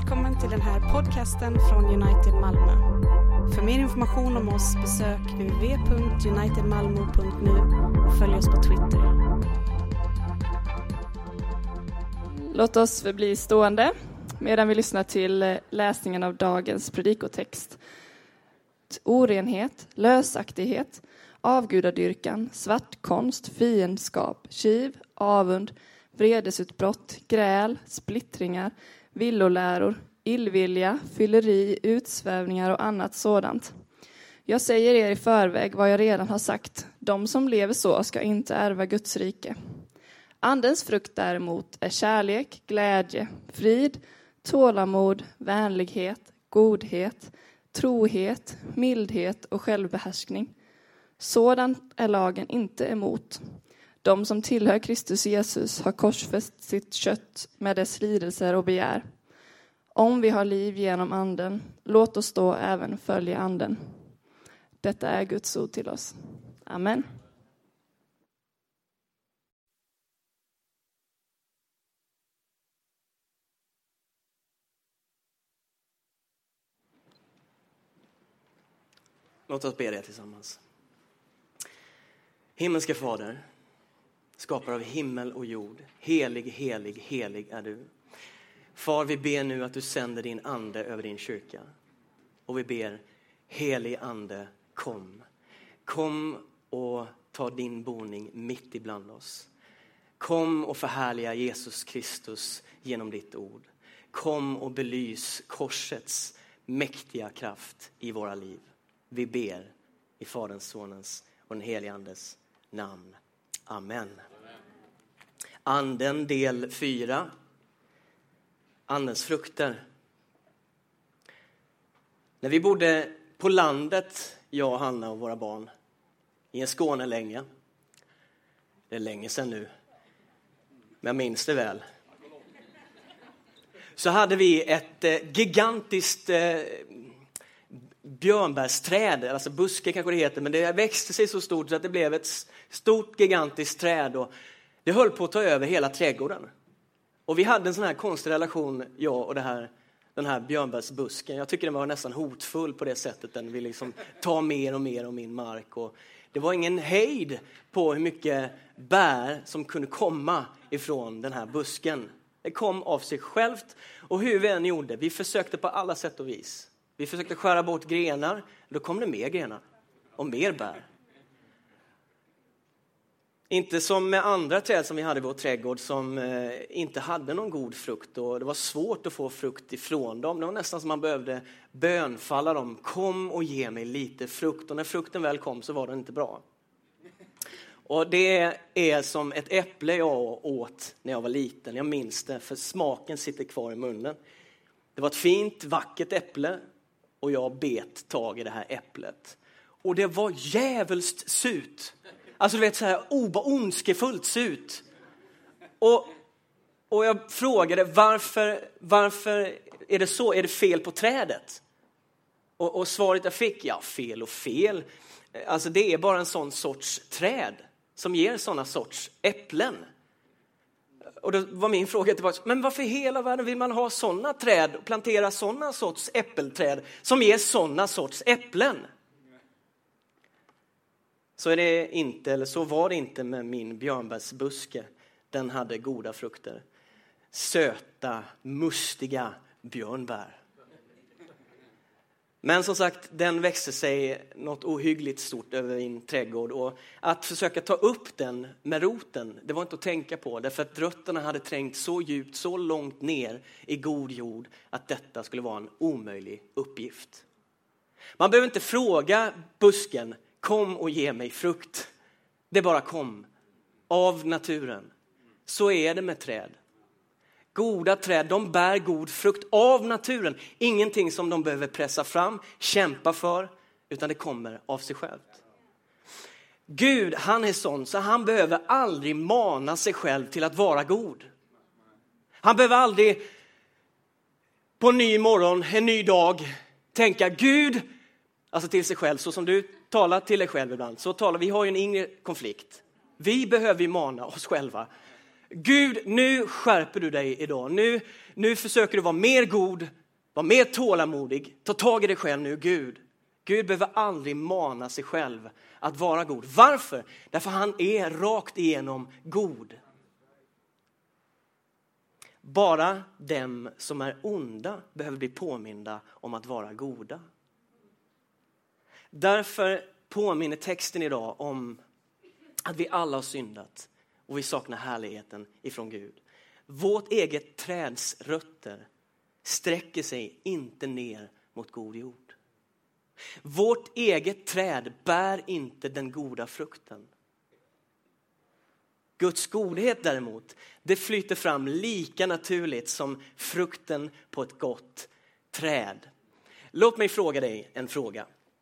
Välkommen till den här podcasten från United Malmö. För mer information om oss besök www.unitedmalmo.nu och följ oss på Twitter. Låt oss bli stående medan vi lyssnar till läsningen av dagens predikotext. Orenhet, lösaktighet, avgudadyrkan, svartkonst, fiendskap, kiv, avund, vredesutbrott, gräl, splittringar, villoläror, illvilja, fylleri, utsvävningar och annat sådant. Jag säger er i förväg vad jag redan har sagt. De som lever så ska inte ärva Guds rike. Andens frukt däremot är kärlek, glädje, frid, tålamod, vänlighet, godhet, trohet, mildhet och självbehärskning. Sådant är lagen inte emot. De som tillhör Kristus Jesus har korsfäst sitt kött med dess lidelser och begär. Om vi har liv genom anden, låt oss då även följa anden. Detta är Guds ord till oss. Amen. Låt oss be det tillsammans. Himmelske Fader, skapare av himmel och jord. Helig, helig, helig är du. Far, vi ber nu att du sänder din ande över din kyrka. Och vi ber, helig ande, kom. Kom och ta din boning mitt ibland oss. Kom och förhärliga Jesus Kristus genom ditt ord. Kom och belys korsets mäktiga kraft i våra liv. Vi ber i Faderns, Sonens och den helige Andes namn. Amen. Anden del 4. Andens frukter. När vi bodde på landet, jag och Hanna och våra barn, i en Skåne länge. Det är länge sedan nu, men jag minns det väl. Så hade vi ett gigantiskt björnbärsträd, alltså buske kanske det heter, men det växte sig så stort så att det blev ett stort gigantiskt träd och det höll på att ta över hela trädgården. Och vi hade en sån här konstig relation, jag och den här björnbärsbusken. Jag tycker den var nästan hotfull på det sättet. Den ville liksom ta mer och mer av min mark. Och det var ingen hejd på hur mycket bär som kunde komma ifrån den här busken. Det kom av sig självt. Och hur vi än gjorde, vi försökte på alla sätt och vis. Vi försökte skära bort grenar. Då kom det mer grenar och mer bär. Inte som med andra träd som vi hade i vår trädgård som inte hade någon god frukt. Och det var svårt att få frukt ifrån dem. Det var nästan som man behövde bönfalla dem. Kom och ge mig lite frukt. Och när frukten väl kom så var den inte bra. Och det är som ett äpple jag åt när jag var liten. Jag minns det, för smaken sitter kvar i munnen. Det var ett fint, vackert äpple. Och jag bet tag i det här äpplet. Och det var jävligt surt. Alltså du vet så här ondskefullt surt. Och jag frågade varför är det så? Är det fel på trädet? Och svaret jag fick, ja, fel och fel. Alltså det är bara en sån sorts träd som ger såna sorts äpplen. Och då var min fråga tillbaka, men varför i hela världen vill man ha såna träd och plantera såna sorts äppelträd som ger såna sorts äpplen? Så är det inte, eller så var det inte med min björnbärsbuske. Den hade goda frukter. Söta, mustiga björnbär. Men som sagt, den växte sig något ohyggligt stort över min trädgård. Och att försöka ta upp den med roten, det var inte att tänka på. Därför att rötterna hade trängt så djupt, så långt ner i god jord att detta skulle vara en omöjlig uppgift. Man behöver inte fråga busken, kom och ge mig frukt. Det bara kom av naturen. Så är det med träd. Goda träd, de bär god frukt av naturen. Ingenting som de behöver pressa fram, kämpa för, utan det kommer av sig självt. Gud, han är sån så han behöver aldrig mana sig själv till att vara god. Han behöver aldrig på en ny morgon, en ny dag, tänka Gud, alltså till sig själv, så som du talar till dig själv ibland. Så talar vi, har ju en inre konflikt. Vi behöver ju mana oss själva. Gud, nu skärper du dig idag. Nu försöker du vara mer god, vara mer tålamodig. Ta tag i dig själv nu, Gud. Gud behöver aldrig mana sig själv att vara god. Varför? Därför han är rakt igenom god. Bara dem som är onda behöver bli påminda om att vara goda. Därför påminner texten idag om att vi alla har syndat och vi saknar härligheten ifrån Gud. Vårt eget träds rötter sträcker sig inte ner mot god jord. Vårt eget träd bär inte den goda frukten. Guds godhet däremot, det flyter fram lika naturligt som frukten på ett gott träd. Låt mig fråga dig en fråga.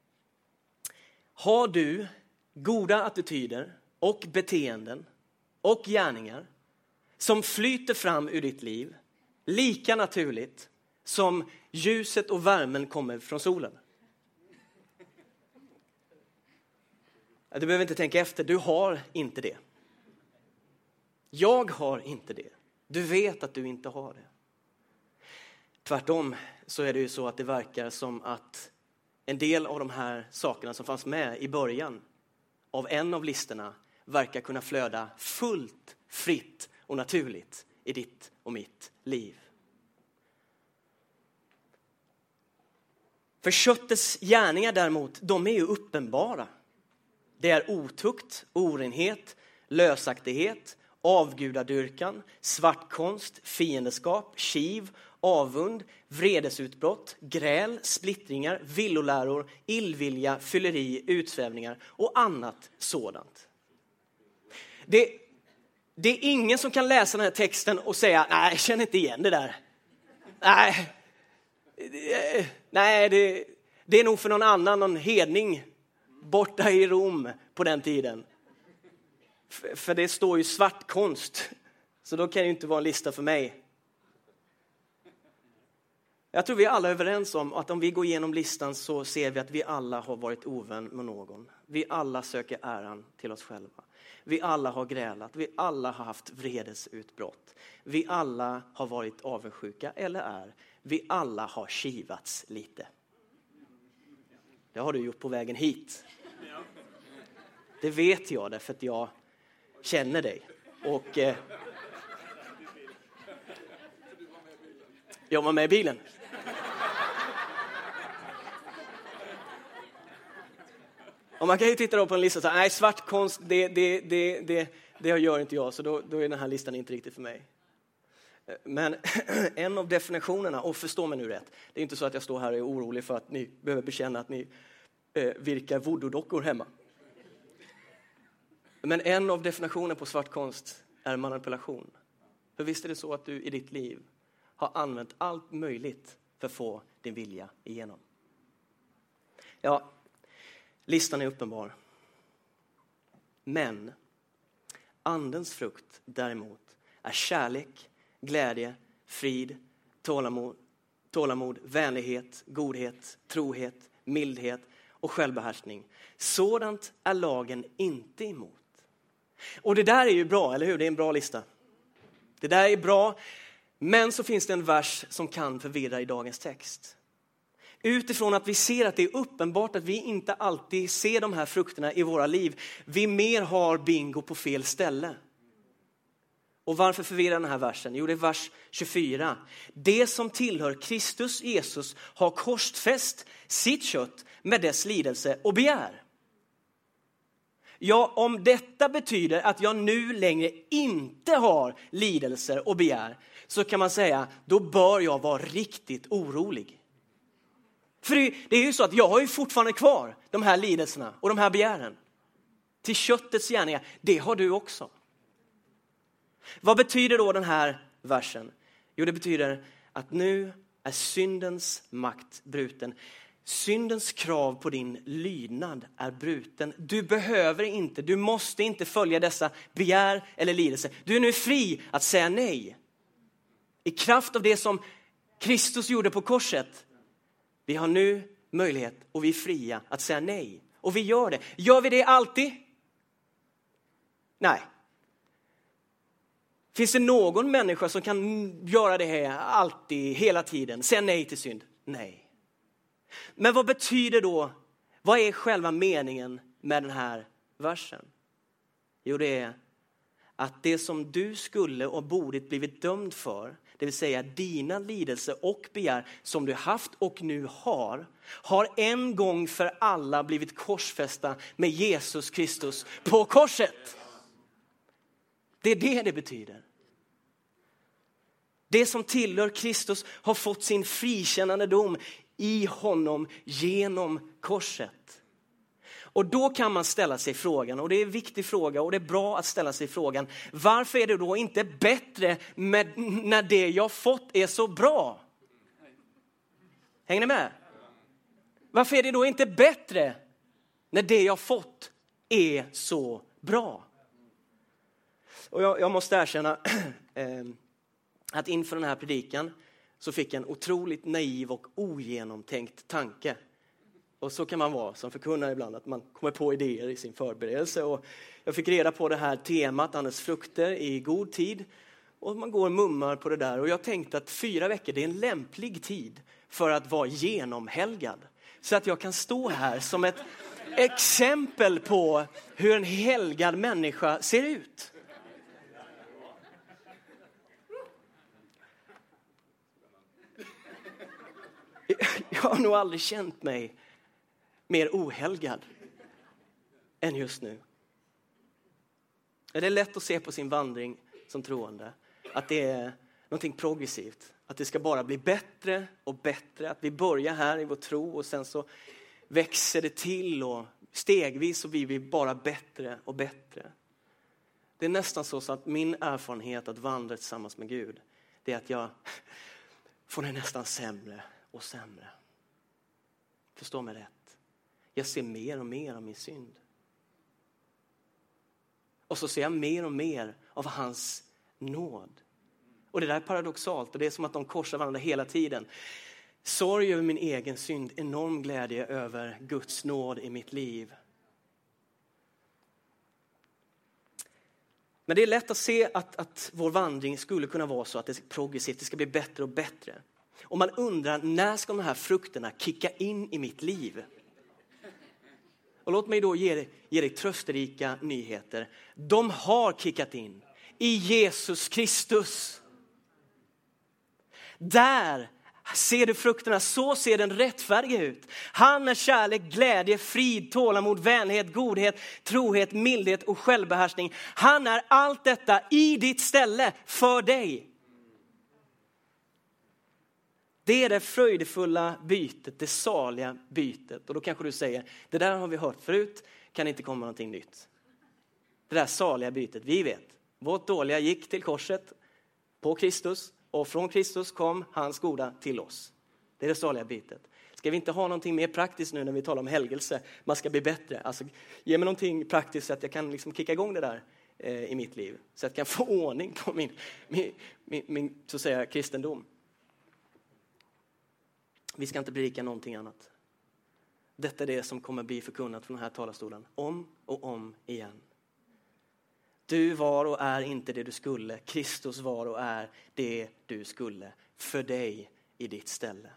Har du goda attityder och beteenden och gärningar som flyter fram ur ditt liv lika naturligt som ljuset och värmen kommer från solen? Du behöver inte tänka efter, du har inte det. Jag har inte det. Du vet att du inte har det. Tvärtom så är det ju så att det verkar som att en del av de här sakerna som fanns med i början av en av listorna verkar kunna flöda fullt, fritt och naturligt i ditt och mitt liv. För köttets gärningar däremot, de är ju uppenbara. Det är otukt, orenhet, lösaktighet, avgudadyrkan, svartkonst, fiendeskap, kiv, avund, vredesutbrott, gräl, splittringar, villoläror, illvilja, fylleri, utsvävningar och annat sådant. Det är ingen som kan läsa den här texten och säga, nej, jag känner inte igen det där. Nej, det är nog för någon annan, någon hedning borta i Rom på den tiden. För det står ju svartkonst, så då kan det ju inte vara en lista för mig. Jag tror vi alla är överens om att om vi går igenom listan så ser vi att vi alla har varit ovän med någon. Vi alla söker äran till oss själva. Vi alla har grälat. Vi alla har haft vredesutbrott. Vi alla har varit avundsjuka eller är. Vi alla har kivats lite. Det har du gjort på vägen hit. Det vet jag därför att jag känner dig. Och jag var med i bilen. Och man kan ju titta då på en lista och säga, nej, svartkonst, det gör inte jag. Så då är den här listan inte riktigt för mig. Men en av definitionerna, och förstå mig nu rätt, det är inte så att jag står här och är orolig för att ni behöver bekänna att ni virkar voodoo-dockor hemma. Men en av definitionerna på svartkonst är manipulation. För visst är det så att du i ditt liv har använt allt möjligt för att få din vilja igenom. Ja, listan är uppenbar. Men andens frukt däremot är kärlek, glädje, frid, tålamod, vänlighet, godhet, trohet, mildhet och självbehärskning. Sådant är lagen inte emot. Och det där är ju bra, eller hur? Det är en bra lista. Det där är bra, men så finns det en vers som kan förvirra i dagens text. Utifrån att vi ser att det är uppenbart att vi inte alltid ser de här frukterna i våra liv. Vi mer har bingo på fel ställe. Och varför förvirrar den här versen? Jo, det är vers 24. Det som tillhör Kristus Jesus har korsfäst sitt kött med dess lidelse och begär. Ja, om detta betyder att jag nu längre inte har lidelser och begär, så kan man säga, då bör jag vara riktigt orolig. För det är ju så att jag har ju fortfarande kvar de här lidelserna och de här begären. Till köttets gärningar, det har du också. Vad betyder då den här versen? Jo, det betyder att nu är syndens makt bruten. Syndens krav på din lydnad är bruten. Du måste inte följa dessa begär eller lidelser. Du är nu fri att säga nej. I kraft av det som Kristus gjorde på korset. Vi har nu möjlighet och vi är fria att säga nej. Och vi gör det. Gör vi det alltid? Nej. Finns det någon människa som kan göra det här alltid, hela tiden? Säga nej till synd? Nej. Men vad betyder då, vad är själva meningen med den här versen? Jo, det är att det som du skulle och borde blivit dömd för, det vill säga dina lidelser och begär som du haft och nu har en gång för alla blivit korsfästa med Jesus Kristus på korset. Det är det betyder. Det som tillhör Kristus har fått sin frikännande dom i honom genom korset. Och då kan man ställa sig frågan, och det är en viktig fråga och det är bra att ställa sig frågan, varför är det då inte bättre när det jag fått är så bra? Hänger ni med? Varför är det då inte bättre när det jag fått är så bra? Och jag måste erkänna att inför den här predikan så fick jag en otroligt naiv och ogenomtänkt tanke. Och så kan man vara som förkunnare ibland, att man kommer på idéer i sin förberedelse. Och jag fick reda på det här temat, Andens frukter, i god tid. Och man går och mummar på det där. Och jag tänkte att 4 veckor, det är en lämplig tid för att vara genomhelgad. Så att jag kan stå här som ett exempel på hur en helgad människa ser ut. Jag har nog aldrig känt mig mer ohelgad än just nu. Det är lätt att se på sin vandring som troende att det är någonting progressivt. Att det ska bara bli bättre och bättre. Att vi börjar här i vår tro och sen så växer det till och stegvis så blir vi bara bättre och bättre. Det är nästan så att min erfarenhet att vandra tillsammans med Gud, det är att jag får det nästan sämre och sämre. Förstå mig rätt. Jag ser mer och mer av min synd. Och så ser jag mer och mer av hans nåd. Och det där är paradoxalt. Och det är som att de korsar varandra hela tiden. Sorg över min egen synd. Enorm glädje över Guds nåd i mitt liv. Men det är lätt att se att vår vandring skulle kunna vara så att det är progressivt. Det ska bli bättre och bättre. Och man undrar, när ska de här frukterna kicka in i mitt liv? Och låt mig då ge dig trösterika nyheter. De har kickat in i Jesus Kristus. Där ser du frukterna, så ser den rättfärdiga ut. Han är kärlek, glädje, frid, tålamod, vänlighet, godhet, trohet, mildhet och självbehärskning. Han är allt detta i ditt ställe för dig. Det är det fröjdefulla bytet, det saliga bytet. Och då kanske du säger, det där har vi hört förut, kan inte komma någonting nytt. Det där saliga bytet, vi vet. Vårt dåliga gick till korset på Kristus och från Kristus kom hans goda till oss. Det är det saliga bytet. Ska vi inte ha någonting mer praktiskt nu när vi talar om helgelse? Man ska bli bättre. Alltså, ge mig någonting praktiskt så att jag kan liksom kicka igång det där i mitt liv. Så att jag kan få ordning på min så att säga, kristendom. Vi ska inte predika någonting annat. Detta är det som kommer bli förkunnat från den här talarstolen. Om och om igen. Du var och är inte det du skulle. Kristus var och är det du skulle. För dig i ditt ställe.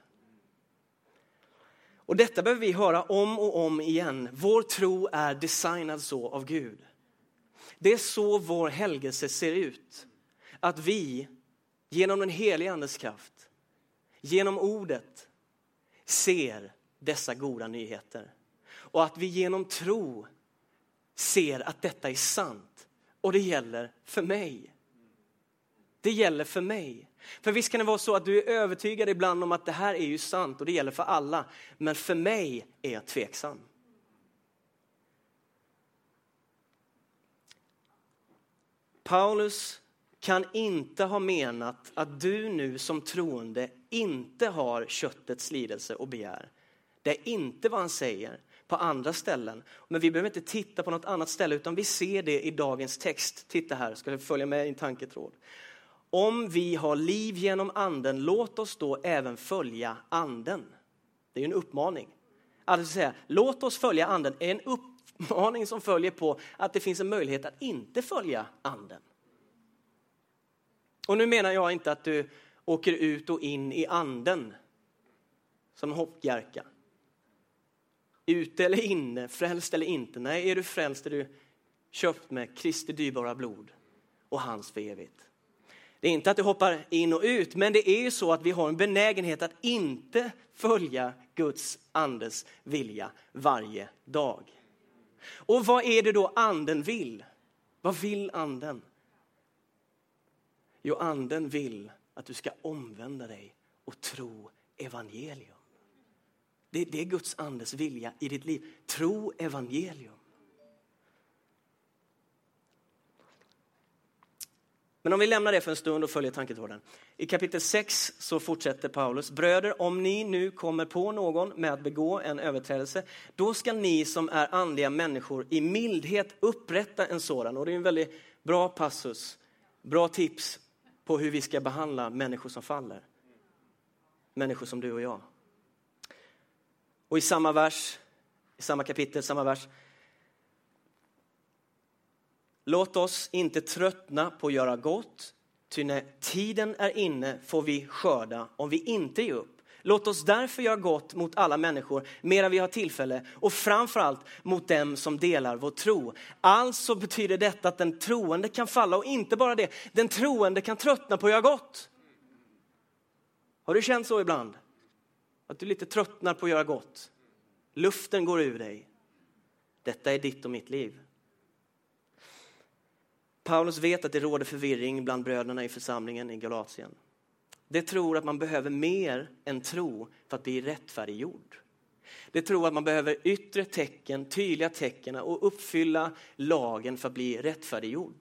Och detta behöver vi höra om och om igen. Vår tro är designad så av Gud. Det är så vår helgelse ser ut. Att vi genom den heliga andes kraft, genom ordet, ser dessa goda nyheter. Och att vi genom tro ser att detta är sant. Och det gäller för mig. Det gäller för mig. För visst kan det vara så att du är övertygad ibland om att det här är ju sant. Och det gäller för alla. Men för mig är jag tveksam. Paulus kan inte ha menat att du nu som troende inte har köttets lidelse och begär. Det är inte vad han säger på andra ställen. Men vi behöver inte titta på något annat ställe utan vi ser det i dagens text. Titta här, ska du följa med i en tanketråd. Om vi har liv genom anden, låt oss då även följa anden. Det är ju en uppmaning. Alltså säga, låt oss följa anden är en uppmaning som följer på att det finns en möjlighet att inte följa anden. Och nu menar jag inte att du åker ut och in i anden som en hoppjerka. Ute eller inne, frälst eller inte. Nej, är du frälst är du köpt med Kristi dyrbara blod och hans för evigt. Det är inte att du hoppar in och ut, men det är ju så att vi har en benägenhet att inte följa Guds andes vilja varje dag. Och vad är det då anden vill? Vad vill anden? Jo, anden vill att du ska omvända dig och tro evangelium. Det är Guds andes vilja i ditt liv. Tro evangelium. Men om vi lämnar det för en stund och följer tanketråden. I kapitel 6 så fortsätter Paulus. Bröder, om ni nu kommer på någon med att begå en överträdelse, då ska ni som är andliga människor i mildhet upprätta en sådan. Och det är en väldigt bra passus. Bra tips på hur vi ska behandla människor som faller. Människor som du och jag. Och i samma vers, i samma kapitel, samma vers. Låt oss inte tröttna på att göra gott, ty när tiden är inne får vi skörda om vi inte ger upp. Låt oss därför göra gott mot alla människor, medan vi har tillfälle, och framförallt mot dem som delar vår tro. Alltså betyder detta att den troende kan falla, och inte bara det, den troende kan tröttna på att göra gott. Har du känt så ibland? Att du lite tröttnar på att göra gott. Luften går ur dig. Detta är ditt och mitt liv. Paulus vet att det råder förvirring bland bröderna i församlingen i Galatien. Det tror att man behöver mer än tro för att bli rättfärdiggjord. Det tror att man behöver yttre tecken, tydliga tecken och uppfylla lagen för att bli rättfärdiggjord.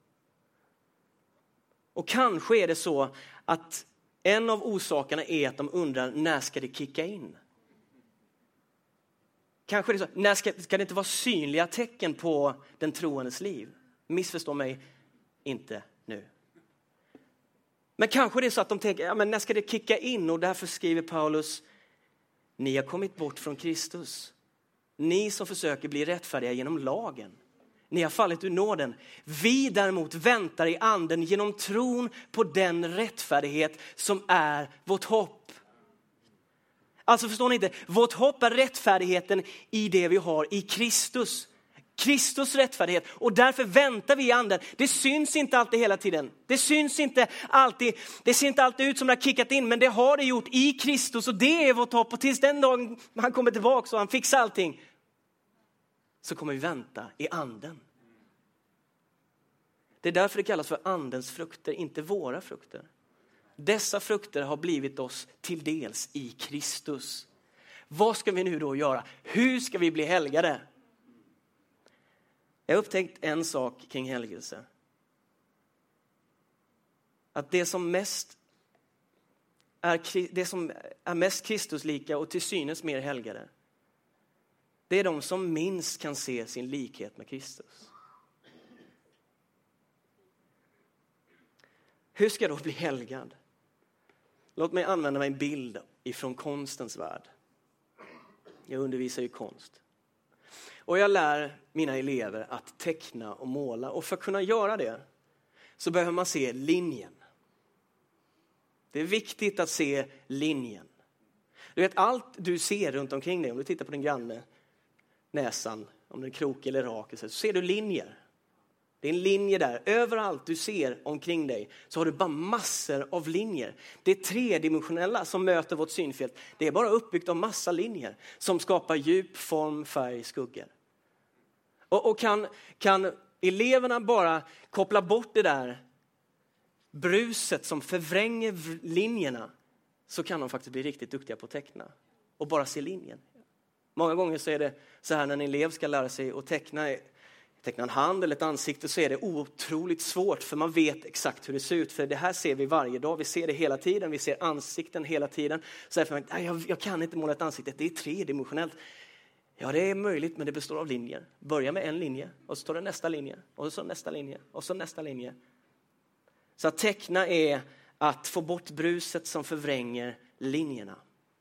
Och kanske är det så att en av orsakerna är att de undrar, när ska det kicka in? Kanske är det så, när ska det inte vara synliga tecken på den troendes liv? Missförstå mig inte nu. Men kanske det är så att de tänker, ja, men när ska det kicka in? Och därför skriver Paulus, ni har kommit bort från Kristus. Ni som försöker bli rättfärdiga genom lagen. Ni har fallit ur nåden. Vi däremot väntar i anden genom tron på den rättfärdighet som är vårt hopp. Alltså förstår ni inte? Vårt hopp är rättfärdigheten i det vi har i Kristus. Kristus rättfärdighet. Och därför väntar vi i anden. Det syns inte alltid hela tiden. Det syns inte alltid. Det ser inte alltid ut som det har kickat in. Men det har det gjort i Kristus. Och det är vårt hopp. Och tills den dagen han kommer tillbaka och han fixar allting, så kommer vi vänta i anden. Det är därför det kallas för andens frukter, inte våra frukter. Dessa frukter har blivit oss till dels i Kristus. Vad ska vi nu då göra? Hur ska vi bli helgade? Jag har upptäckt en sak kring helgelse. Att det som är mest Kristuslika och till synes mer helgade, det är de som minst kan se sin likhet med Kristus. Hur ska jag då bli helgad? Låt mig använda mig en bild ifrån konstens värld. Jag undervisar ju konst. Och jag lär mina elever att teckna och måla. Och för att kunna göra det så behöver man se linjen. Det är viktigt att se linjen. Du vet, allt du ser runt omkring dig, om du tittar på din granne, näsan, om den är krokig eller rak, så ser du linjer. Det är en linje där. Överallt du ser omkring dig så har du bara massor av linjer. Det är tredimensionella som möter vårt synfält. Det är bara uppbyggt av massa linjer som skapar djup, form, färg, skuggor. Och kan eleverna bara koppla bort det där bruset som förvränger linjerna, så kan de faktiskt bli riktigt duktiga på att teckna. Och bara se linjen. Många gånger så är det så här när en elev ska lära sig att teckna en hand eller ett ansikte, så är det otroligt svårt, för man vet exakt hur det ser ut. För det här ser vi varje dag, vi ser det hela tiden, vi ser ansikten hela tiden. Så därför, jag kan inte måla ett ansikte, det är tredimensionellt. Ja, det är möjligt, men det består av linjer. Börja med en linje och så tar det nästa linje och så nästa linje och så nästa linje. Så att teckna är att få bort bruset som förvränger linjerna.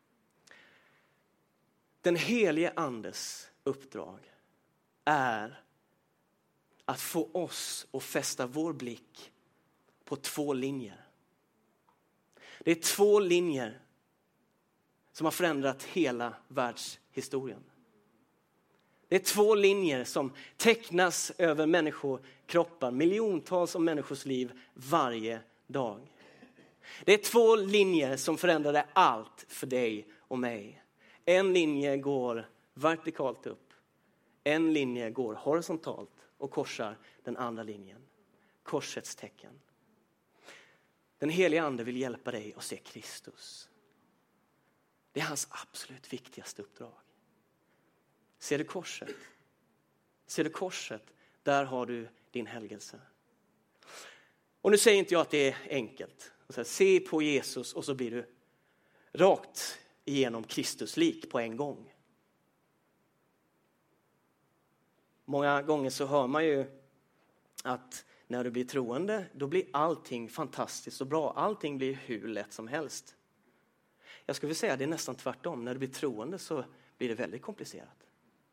Den helige andes uppdrag är att få oss att fästa vår blick på 2 linjer. Det är 2 linjer som har förändrat hela världshistorien. Det är 2 linjer som tecknas över människokroppar, miljontals av människors liv varje dag. Det är 2 linjer som förändrade allt för dig och mig. En linje går vertikalt upp. En linje går horisontalt och korsar den andra linjen. Korsets tecken. Den heliga ande vill hjälpa dig att se Kristus. Det är hans absolut viktigaste uppdrag. Ser du korset? Ser du korset? Där har du din helgelse. Och nu säger inte jag att det är enkelt. Se på Jesus och så blir du rakt igenom Kristus lik på en gång. Många gånger så hör man ju att när du blir troende, då blir allting fantastiskt och bra. Allting blir hur lätt som helst. Jag skulle vilja säga att det är nästan tvärtom. När du blir troende så blir det väldigt komplicerat.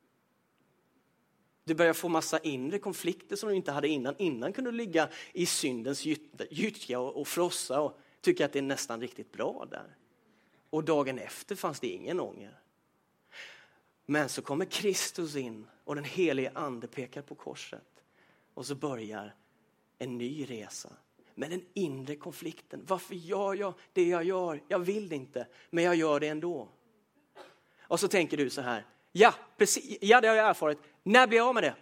Du börjar få massa inre konflikter som du inte hade innan. Innan kunde du ligga i syndens gyttja och frossa och tycka att det är nästan riktigt bra där. Och dagen efter fanns det ingen ånger. Men så kommer Kristus in och den helige ande pekar på korset. Och så börjar en ny resa med den inre konflikten. Varför gör jag det jag gör? Jag vill det inte, men jag gör det ändå. Och så tänker du så här. Ja, precis. Ja, det har jag erfarit. När blir jag av med det?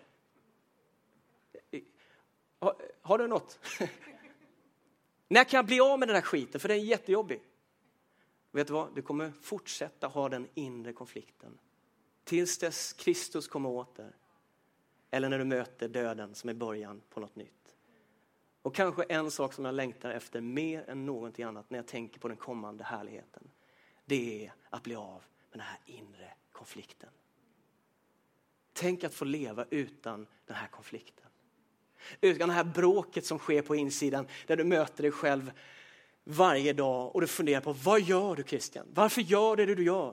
Har du något? När kan jag bli av med den här skiten? För den är jättejobbig. Vet du vad? Du kommer fortsätta ha den inre konflikten. Tills dess Kristus kommer åter. Eller när du möter döden som är början på något nytt. Och kanske en sak som jag längtar efter mer än någonting annat när jag tänker på den kommande härligheten. Det är att bli av med den här inre konflikten. Tänk att få leva utan den här konflikten. Utan det här bråket som sker på insidan. Där du möter dig själv varje dag och du funderar på, vad gör du, Christian? Varför gör det du gör?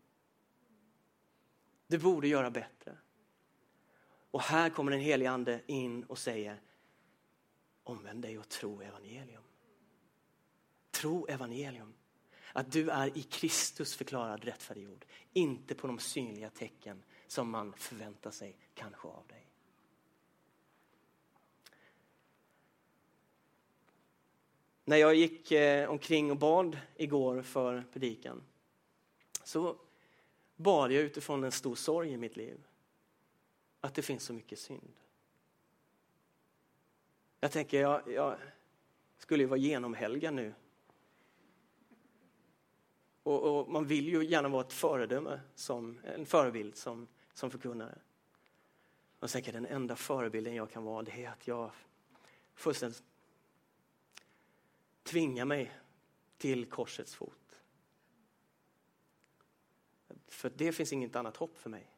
Du borde göra bättre. Och här kommer den helige ande in och säger, omvänd dig och tro evangelium. Tro evangelium. Att du är i Kristus förklarad rättfärdiggjord. Inte på de synliga tecken som man förväntar sig kanske av dig. När jag gick omkring och bad igår för predikan så bad jag utifrån en stor sorg i mitt liv. Att det finns så mycket synd. Jag tänker, jag skulle ju vara genomhelgad nu. Och man vill ju gärna vara ett föredöme, en förebild som förkunnare. Och säkert den enda förebilden jag kan vara, det är att jag fullständigt tvingar mig till korsets fot. För det finns inget annat hopp för mig.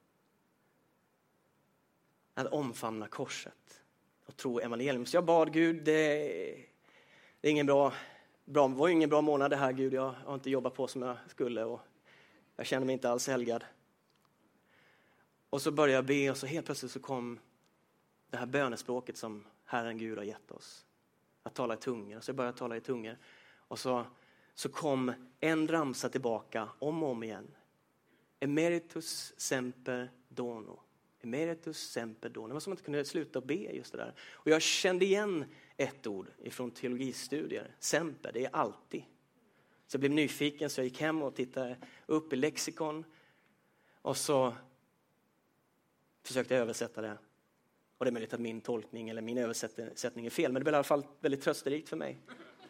Att omfamna korset och tro evangelium. Så jag bad Gud, det är ingen bra, det var ingen bra månad det här, Gud. Jag har inte jobbat på som jag skulle och jag känner mig inte alls helgad. Och så började jag be och så helt plötsligt så kom det här bönespråket som Herren Gud har gett oss. Att tala i tungor. Så jag började tala i tungor. Och så kom en ramsa tillbaka om och om igen. Emeritus semper dono. Emeritus semper dono. Det var som att man inte kunde sluta be just det där. Och jag kände igen ett ord ifrån teologistudier. Semper, det är alltid. Så jag blev nyfiken så jag gick hem och tittade upp i lexikon. Och så försökte jag översätta det. Och det är möjligt att min tolkning eller min översättning är fel. Men det blev i alla fall väldigt trösterikt för mig.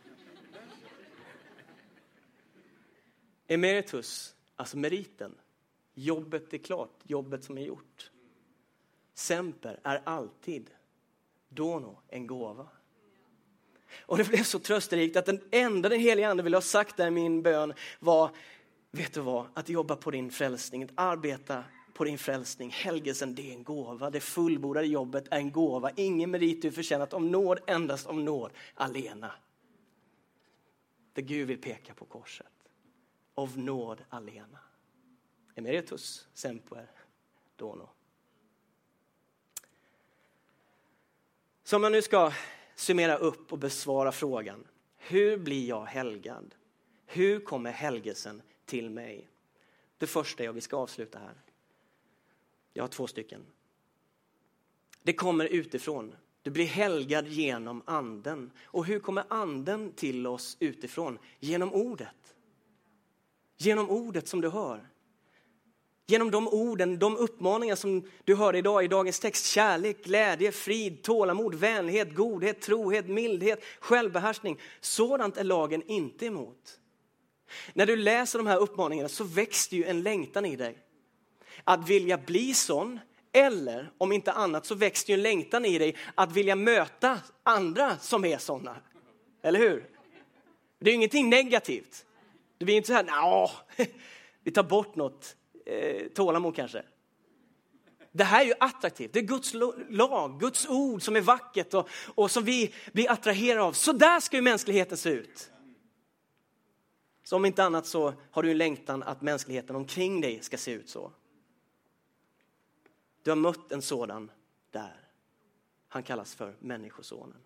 Emeritus, alltså meriten. Jobbet är klart, jobbet som är gjort. Semper är alltid. Dono, en gåva. Och det blev så trösterikt att den enda den helige ande ville ha sagt där i min bön var, vet du vad, att jobba på din frälsning, att arbeta på din frälsning. Helgelsen, det är en gåva. Det fullbordade jobbet är en gåva. Ingen merit du förtjänat, om nåd, endast om nåd, alena. Där Gud vill peka på korset. Av nåd alena. Emeritus semper dono. Så om jag nu ska summera upp och besvara frågan. Hur blir jag helgad? Hur kommer helgelsen till mig? Det första vi ska avsluta här. Jag har 2 stycken. Det kommer utifrån. Du blir helgad genom anden. Och hur kommer anden till oss utifrån? Genom ordet. Genom ordet som du hör. Genom de orden, de uppmaningar som du hör idag i dagens text. Kärlek, glädje, frid, tålamod, vänlighet, godhet, trohet, mildhet, självbehärskning. Sådant är lagen inte emot. När du läser de här uppmaningarna så växer ju en längtan i dig. Att vilja bli sån, eller om inte annat så växer ju en längtan i dig att vilja möta andra som är såna. Eller hur? Det är ju ingenting negativt. Det blir inte så här, vi tar bort något. Tålamod kanske. Det här är ju attraktivt. Det är Guds lag, Guds ord som är vackert och som vi blir attraherade av. Så där ska ju mänskligheten se ut. Så om inte annat så har du en längtan att mänskligheten omkring dig ska se ut så. Du har mött en sådan där. Han kallas för människosonen.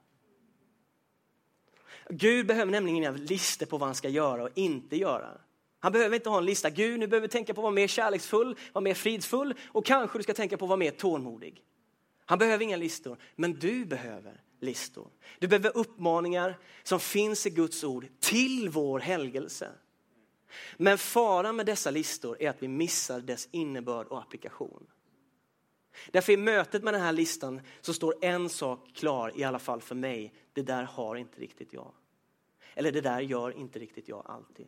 Gud behöver nämligen inga listor på vad han ska göra och inte göra. Han behöver inte ha en lista. Gud, nu behöver tänka på att vara mer kärleksfull, vara mer fridsfull och kanske du ska tänka på att vara mer tålmodig. Han behöver inga listor, men du behöver listor. Du behöver uppmaningar som finns i Guds ord till vår helgelse. Men faran med dessa listor är att vi missar dess innebörd och applikation. Därför i mötet med den här listan så står en sak klar, i alla fall för mig. Det där har inte riktigt jag. Eller det där gör inte riktigt jag alltid.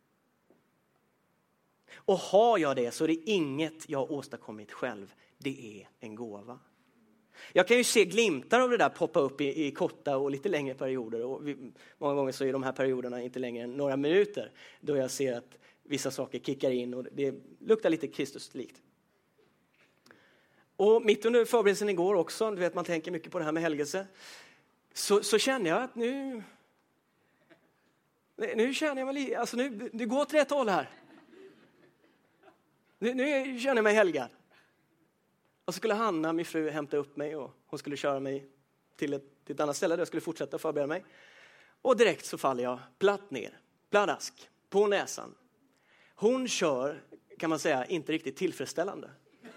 Och har jag det så är det inget jag har åstadkommit själv. Det är en gåva. Jag kan ju se glimtar av det där poppa upp i korta och lite längre perioder. Och många gånger så är de här perioderna inte längre än några minuter. Då jag ser att vissa saker kickar in och det luktar lite Kristuslikt. Och mitt under förberedelsen igår också, du vet man tänker mycket på det här med helgelse. Så känner jag att nu känner jag mig, alltså nu, det går åt rätt håll här. Nu känner jag mig helgad. Och så skulle Hanna, min fru, hämta upp mig och hon skulle köra mig till ett annat ställe där jag skulle fortsätta förbereda mig. Och direkt så faller jag platt ner, pladask, på näsan. Hon kör, kan man säga, inte riktigt tillfredsställande.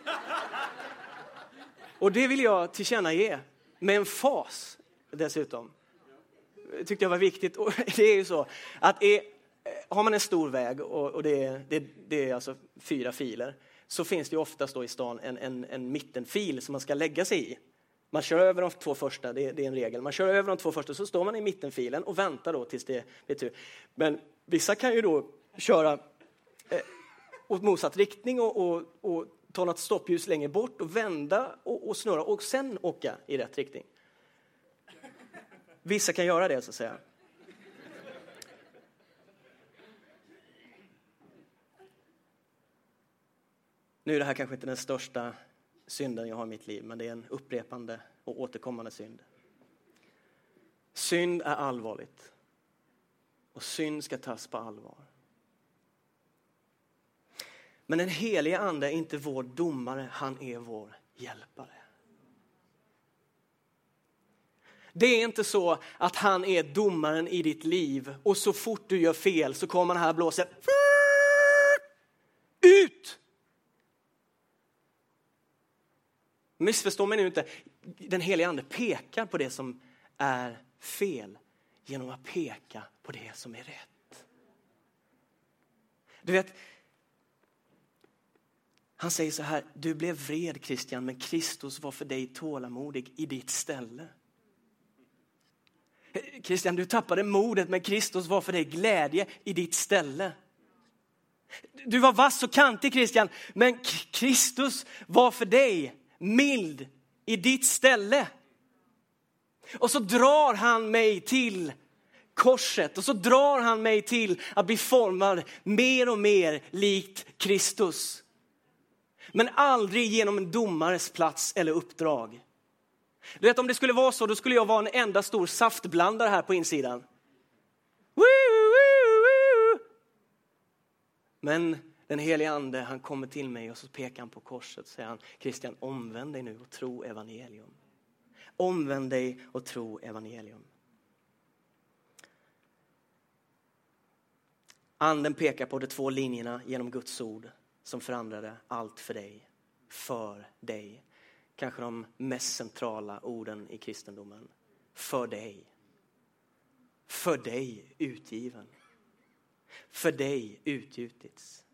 Och det vill jag tillkännage med en fas dessutom. Det tyckte jag var viktigt. Och det är ju så att har man en stor väg och det är alltså 4 filer, så finns det ju oftast då i stan en mittenfil som man ska lägga sig i. Man kör över de 2 första, det är en regel. Man kör över de 2 första så står man i mittenfilen och väntar då tills det är tur. Men vissa kan ju då köra åt motsatt riktning och ta något stoppljus längre bort och vända och snurra och sen åka i rätt riktning. Vissa kan göra det så att säga. Nu är det här kanske inte den största synden jag har i mitt liv, men det är en upprepande och återkommande synd. Synd är allvarligt. Och synd ska tas på allvar. Men den helige ande är inte vår domare, han är vår hjälpare. Det är inte så att han är domaren i ditt liv och så fort du gör fel så kommer han här och blåser ut. Missförstå mig nu inte. Den helige ande pekar på det som är fel genom att peka på det som är rätt. Du vet, han säger så här: du blev vred, Christian, men Kristus var för dig tålamodig i ditt ställe. Christian, du tappade modet, men Kristus var för dig glädje i ditt ställe. Du var vass och kantig, Christian, men Kristus var för dig mild i ditt ställe. Och så drar han mig till korset och så drar han mig till att bli formad mer och mer likt Kristus. Men aldrig genom en domares plats eller uppdrag. Du vet, om det skulle vara så, då skulle jag vara en enda stor saftblandare här på insidan. Men den helige ande, han kommer till mig och så pekar han på korset och säger han: Christian, omvänd dig nu och tro evangelium. Omvänd dig och tro evangelium. Anden pekar på de 2 linjerna genom Guds ord som förändrade allt för dig. För dig. Kanske de mest centrala orden i kristendomen. För dig. För dig utgiven. För dig utgjutits.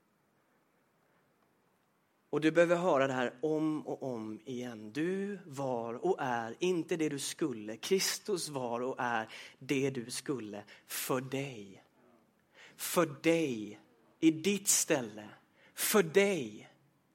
Och du behöver höra det här om och om igen. Du var och är inte det du skulle. Kristus var och är det du skulle för dig. För dig. I ditt ställe. För dig.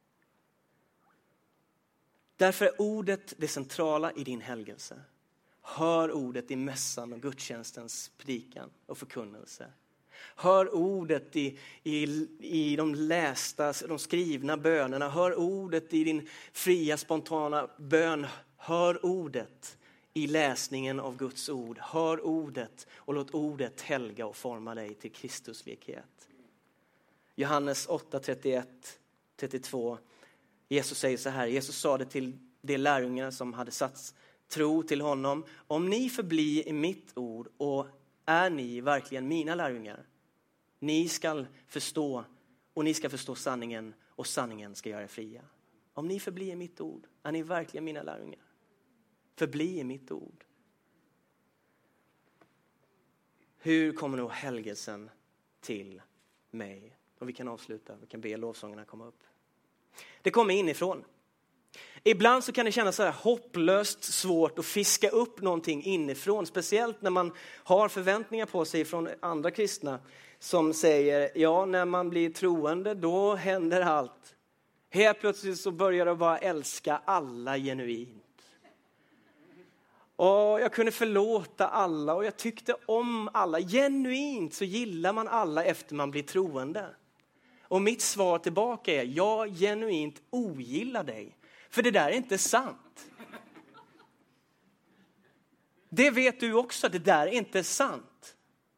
Därför är ordet det centrala i din helgelse. Hör ordet i mässan och gudstjänstens predikan och förkunnelse. Hör ordet i de skrivna bönerna. Hör ordet i din fria spontana bön. Hör ordet i läsningen av Guds ord. Hör ordet och låt ordet helga och forma dig till Kristuslikhet. Johannes 8:31-32. Jesus säger så här. Jesus sa det till de lärjungar som hade satt tro till honom. Om ni förblir i mitt ord och är ni verkligen mina lärjungar. Ni ska förstå och ni ska förstå sanningen och sanningen ska göra er fria. Om ni förblir i mitt ord är ni verkligen mina lärjungar. Förbli i mitt ord. Hur kommer nog helgelsen till mig? Och vi kan avsluta, vi kan be lovsångerna komma upp. Det kommer inifrån. Ibland så kan det kännas så här hopplöst svårt att fiska upp någonting inifrån. Speciellt när man har förväntningar på sig från andra kristna som säger, ja när man blir troende då händer allt. Helt plötsligt så börjar jag bara älska alla genuint. Och jag kunde förlåta alla och jag tyckte om alla. Genuint så gillar man alla efter man blir troende. Och mitt svar tillbaka är, jag genuint ogillar dig. För det där är inte sant. Det vet du också, det där är inte sant.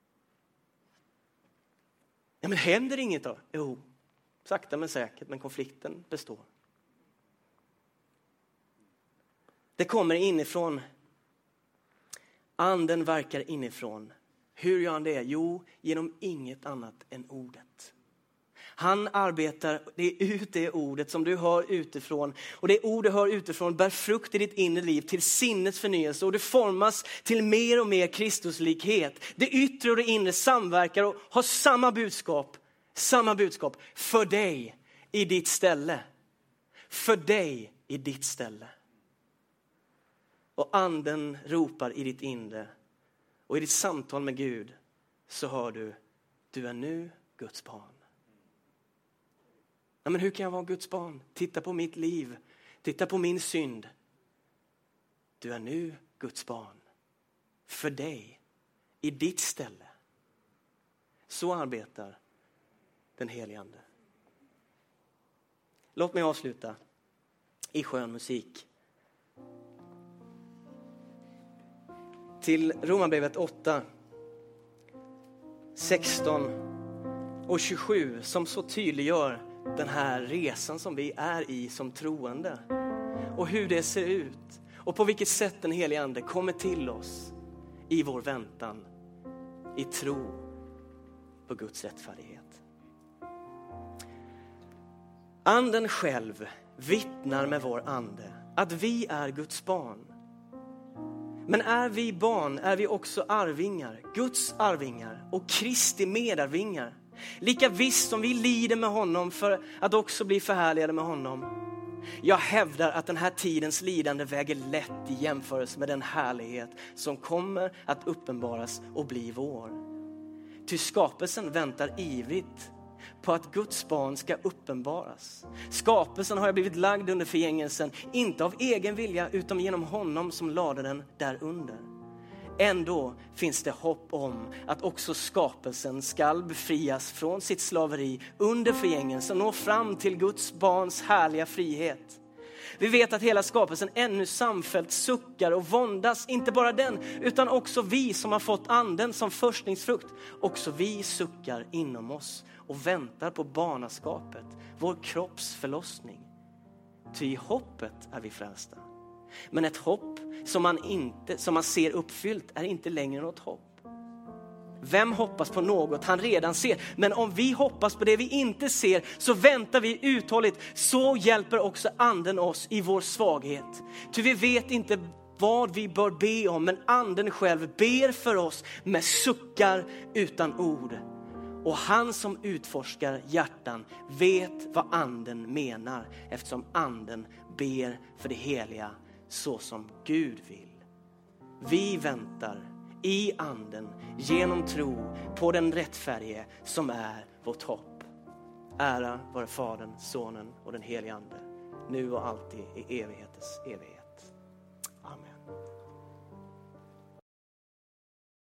Ja, men händer inget då? Jo, sakta men säkert, men konflikten består. Det kommer inifrån. Anden verkar inifrån. Hur gör han det? Jo, genom inget annat än ordet. Han arbetar, det är ut det ordet som du hör utifrån. Och det ord du hör utifrån bär frukt i ditt inre liv till sinnets förnyelse. Och det formas till mer och mer Kristuslikhet. Det yttre och det inre samverkar och har samma budskap. Samma budskap för dig i ditt ställe. För dig i ditt ställe. Och anden ropar i ditt inre. Och i ditt samtal med Gud så hör du, du är nu Guds barn. Ja, men hur kan jag vara Guds barn? Titta på mitt liv. Titta på min synd. Du är nu Guds barn. För dig. I ditt ställe. Så arbetar den helige Ande. Låt mig avsluta i skön musik. Till Romarbrevet 8, 16 och 27 som så tydliggör den här resan som vi är i som troende. Och hur det ser ut. Och på vilket sätt den helige Ande kommer till oss i vår väntan. I tro på Guds rättfärdighet. Anden själv vittnar med vår ande att vi är Guds barn. Men är vi barn är vi också arvingar. Guds arvingar och Kristi medarvingar. Lika visst som vi lider med honom för att också bli förhärligade med honom. Jag hävdar att den här tidens lidande väger lätt i jämförelse med den härlighet som kommer att uppenbaras och bli vår. Ty skapelsen väntar ivrigt på att Guds barn ska uppenbaras. Skapelsen har jag blivit lagd under förgängelsen, inte av egen vilja utan genom honom som lade den där under. Ändå finns det hopp om att också skapelsen ska befrias från sitt slaveri under förgängelsen och nå fram till Guds barns härliga frihet. Vi vet att hela skapelsen ännu samfällt suckar och våndas. Inte bara den, utan också vi som har fått anden som förstlingsfrukt. Också vi suckar inom oss och väntar på barnaskapet, vår kropps förlossning. Ty i hoppet är vi frälsta. Men ett hopp som man ser uppfyllt är inte längre något hopp. Vem hoppas på något han redan ser? Men om vi hoppas på det vi inte ser, så väntar vi uthålligt. Så hjälper också anden oss i vår svaghet. Ty vi vet inte vad vi bör be om, men anden själv ber för oss med suckar utan ord. Och han som utforskar hjärtan vet vad anden menar, eftersom anden ber för det heliga så som Gud vill. Vi väntar i anden genom tro på den rättfärdige som är vårt hopp. Ära vare Fadern, Sonen och den helige Ande, nu och alltid i evighetens evighet.